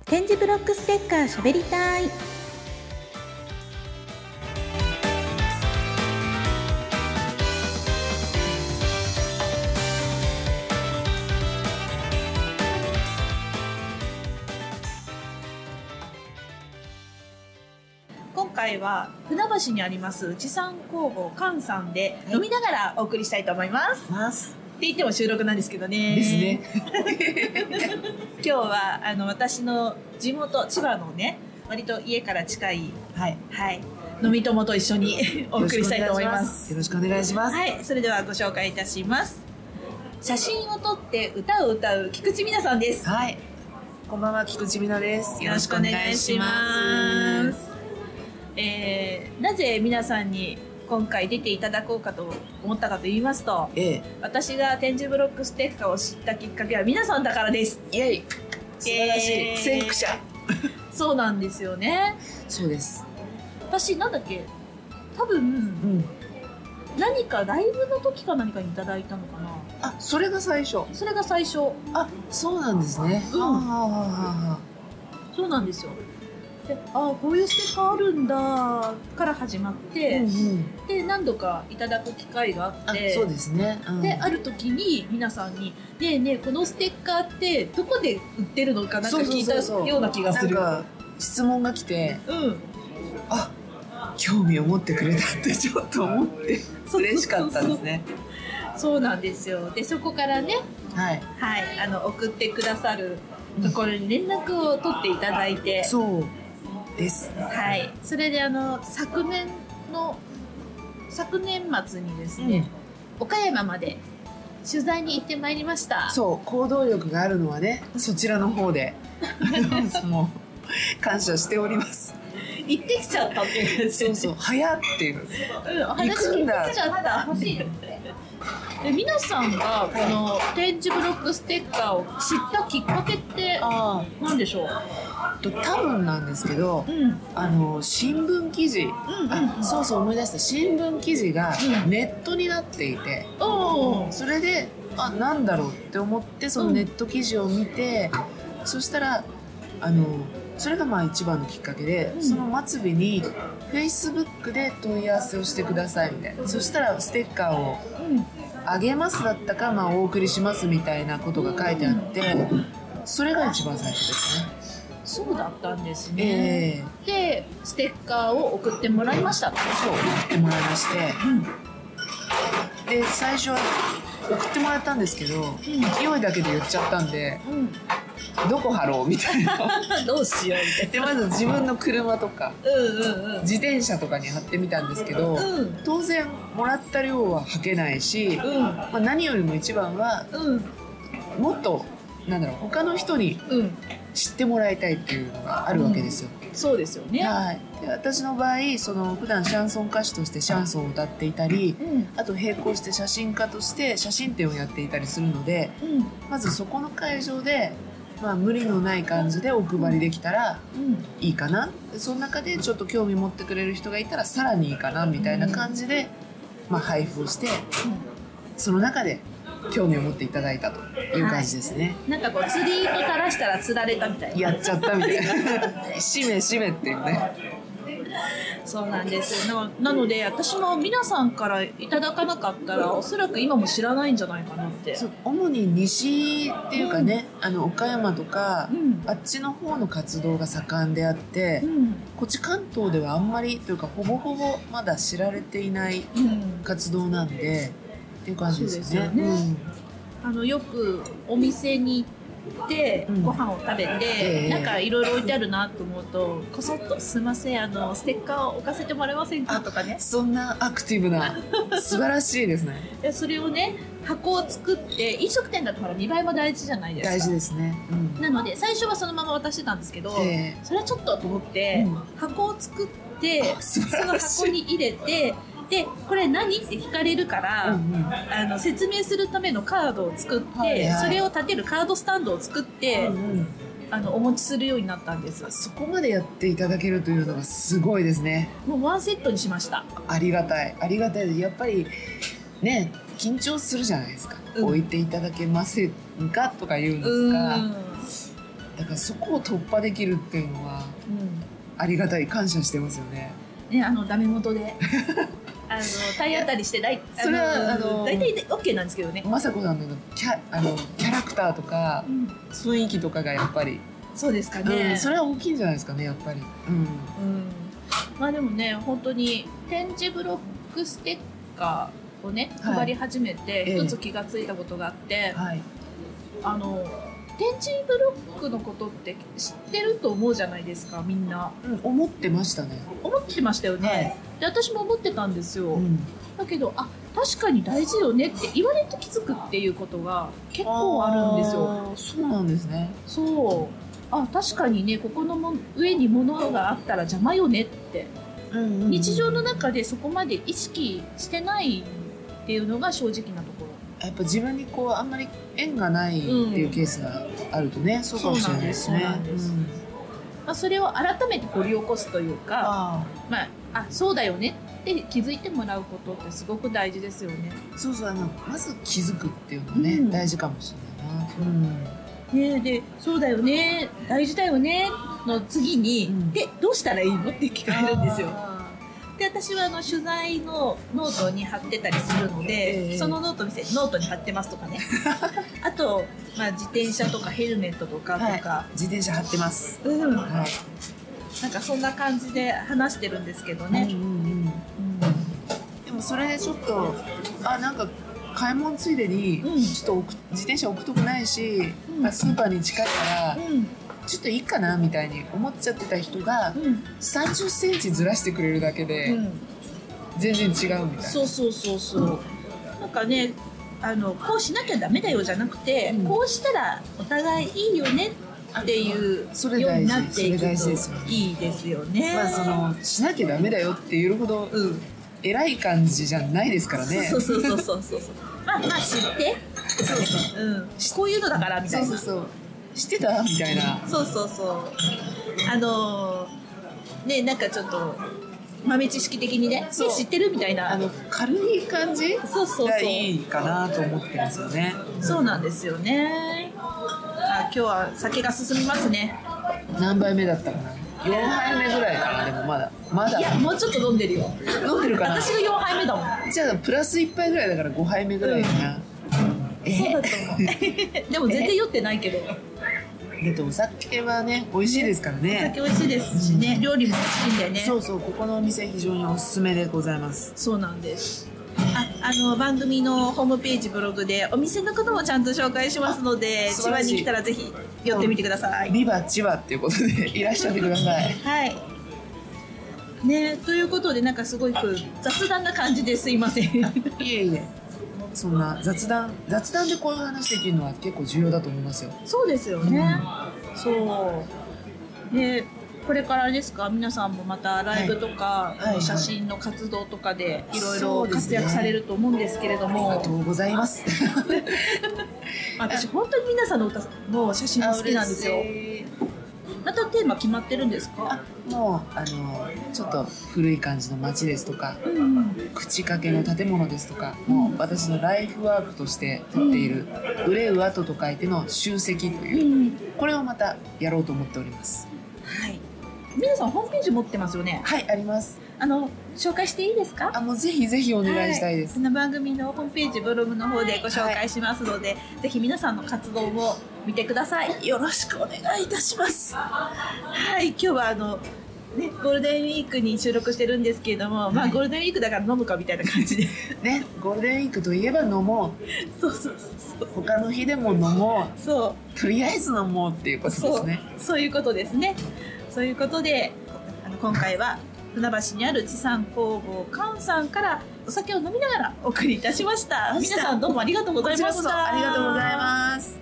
点字ブロックステッカーしゃべりたい。 今回は船橋にあります地産工房菅さんで飲みながらお送りしたいと思います。って言っても収録なんですけどね。 ですね。 今日は私の地元千葉のね、割と家から近い、飲み友と一緒にお送りしたいと思います。 よろしくお願いします。 はい、それではご紹介いたします。写真を撮って歌を歌う菊池美奈さんです。 はい。こんばんは、菊池美奈です。 よろしくお願いします。なぜ皆さんに今回出ていただこうかと思ったかと言いますと、私が点字ブロックステッカーを知ったきっかけは皆さんだからです。 イエイ、素晴らしい、先駆者。 そうなんですよね。 そうです。 私なんだっけ、多分、何かライブの時か何かにいただいたのかな。 あ、それが最初。 それが最初。 あ、そうなんですね。 そうなんですよ。で、こういうステッカーあるんだから始まって、で何度かいただく機会があって、 そうですね。 である時に皆さんに「ねえねえ、このステッカーってどこで売ってるのか」なんか聞いたような気がする。 なんか質問が来て、あ、興味を持ってくれたってちょっと思って嬉しかったですね。 そうなんですよ。でそこからね、送ってくださるところに連絡を取っていただいて、 そうです。 はい。それで昨年末にですね、岡山まで取材に行ってまいりました。 そう、行動力があるのはね、そちらの方でもう感謝しております。 行ってきちゃったっていう。 そうそう、早っていう。 お話聞いてきちゃった。で皆さんがこの点字ブロックステッカーを知ったきっかけって何でしょう？ 多分なんですけど、新聞記事、そうそう思い出した、新聞記事がネットになっていて、それでなんだろうって思ってそのネット記事を見て、そしたらそれが一番のきっかけで、その末尾に Facebook で問い合わせをしてくださいみたいな、そしたらステッカーをあげますだったか、お送りしますみたいなことが書いてあって、それが一番最初ですね。 そうだったんですね。でステッカーを送ってもらいました。 そう、送ってもらいまして、で最初は送ってもらったんですけど、勢いだけで言っちゃったんで、どこ貼ろうみたいなどうしようみたいな。 でまず自分の車とか、自転車とかに貼ってみたんですけど、当然もらった量は履けないし、何よりも一番は、もっと他の人に知ってもらいたいっていうのがあるわけですよ。 そうですよね。 で私の場合普段シャンソン歌手としてシャンソンを歌っていたり、あと並行して写真家として写真展をやっていたりするので、まずそこの会場で無理のない感じでお配りできたらいいかな、その中でちょっと興味持ってくれる人がいたらさらにいいかなみたいな感じで、配布をして、その中で興味を持っていただいたという感じですね。 なんかこう釣り糸垂らしたら釣られたみたいな、 やっちゃったみたいなしめしめっていうね。 そうなんですよ。なので私も皆さんからいただかなかったらおそらく今も知らないんじゃないかなって。 主に西っていうかね、岡山とか、あっちの方の活動が盛んであって、こっち関東ではあんまりというかほぼほぼまだ知られていない活動なんで、っていう感じですよね。 よくお店に行ってご飯を食べて、なんかいろいろ置いてあるなと思うと、こそっとすいませんステッカーを置かせてもらえませんかとかね。 そんなアクティブな素晴らしいですね。 でそれをね、箱を作って、飲食店だと見栄えも大事じゃないですか。 大事ですね。 なので最初はそのまま渡してたんですけど、それはちょっとと思って、箱を作ってその箱に入れて、でこれ何って聞かれるから、説明するためのカードを作って、それを立てるカードスタンドを作って、お持ちするようになったんです。 そこまでやっていただけるというのがすごいですね。 もうワンセットにしました。 ありがたいで、やっぱりね、緊張するじゃないですか、置いていただけませんかとか言うのとか、 だからそこを突破できるっていうのは、ありがたい、感謝してますよね。 ね、ダメ元で体当たりしてそれは大体 OK なんですけどね。 雅子さんのキャラクターとか、雰囲気とかがやっぱりそうですかね、 それは大きいんじゃないですかね、やっぱり。 まあでもね、本当に点字ブロックステッカーをね配り始めて一つ気がついたことがあって、点字ブロックのことって知ってると思うじゃないですか、みんな。 思ってましたね。 思ってましたよね、で私も思ってたんですよ、だけど確かに大事よねって言われて気づくっていうことが結構あるんですよ。 そうなんですね。 そう確かにね、ここの上に物があったら邪魔よねって、日常の中でそこまで意識してないっていうのが正直なところ。 やっぱ自分にあんまり縁がないっていうケースがあるとね、そうかもしれないですね。 それを改めて掘り起こすというか、そうだよねって気づいてもらうことってすごく大事ですよね。 まず気づくっていうのがね、大事かもしれないな。 で、そうだよね、大事だよねの次に、でどうしたらいいのって聞かれるんですよ。で私は取材のノートに貼ってたりするので、そのノート見せてノートに貼ってますとかねあと、自転車とかヘルメットとか、 自転車貼ってます、 なんかそんな感じで話してるんですけどね。 でもそれでちょっとなんか買い物ついでにちょっと自転車置くとこないし、スーパーに近いからちょっといいかなみたいに思っちゃってた人が、30センチずらしてくれるだけで、全然違うみたいな。 そうなんかね、こうしなきゃダメだよじゃなくて、こうしたらお互いいいよねっていうようになっていくといいですよね。 しなきゃダメだよっていうほど、偉い感じじゃないですからね。 そう知って、こういうのだからみたいな。 知ってたみたいな。 ね、なんかちょっと豆知識的にね、知ってるみたいな軽い感じがいいかなと思ってますよね。 そうなんですよね。今日は酒が進みますね。 何杯目だったかな。4杯目ぐらいかな。でもまだいや、もうちょっと飲んでるよ。 飲んでるかな。 私が4杯目だもん。 じゃあプラス1杯ぐらいだから5杯目ぐらいかな。 そうだと思うでも全然酔ってないけど。 お酒はね美味しいですからね。 お酒美味しいですしね、料理も美味しいんだよね。 ここのお店非常におすすめでございます。 そうなんです。番組のホームページ、ブログでお店のこともちゃんと紹介しますので、千葉に来たらぜひ寄ってみてください。 ビバ千葉っていうことでいらっしゃってください。 ね、ということでなんかすごい雑談な感じですいません。いえそんな雑談でこういう話できるのは結構重要だと思いますよ。 そうですよね、でこれからですか、皆さんもまたライブとか、写真の活動とかでいろいろ活躍されると思うんですけれども、 ありがとうございます私本当に皆さんの歌の写真も好きなんですよ。またテーマ決まってるんですか？ もうちょっと古い感じの街ですとか、口掛けの建物ですとか、もう私のライフワークとして撮っている憂う跡と書いての集積という、これをまたやろうと思っております。 皆さんホームページ持ってますよね？ あります。 紹介していいですか？ もうぜひぜひお願いしたいです。 番組のホームページ、ブログの方でご紹介しますので、ぜひ皆さんの活動を見てください。 よろしくお願いいたします。 今日はゴールデンウィークに収録してるんですけれども、ゴールデンウィークだから飲むかみたいな感じでね、ゴールデンウィークといえば飲もう。他の日でも飲もう。とりあえず飲もうっていうことですね。 そういうことですね。そういうことで今回は船橋にある地産工房カンさんからお酒を飲みながらお送りいたしました。皆さんどうもありがとうございました。 ありがとうございます。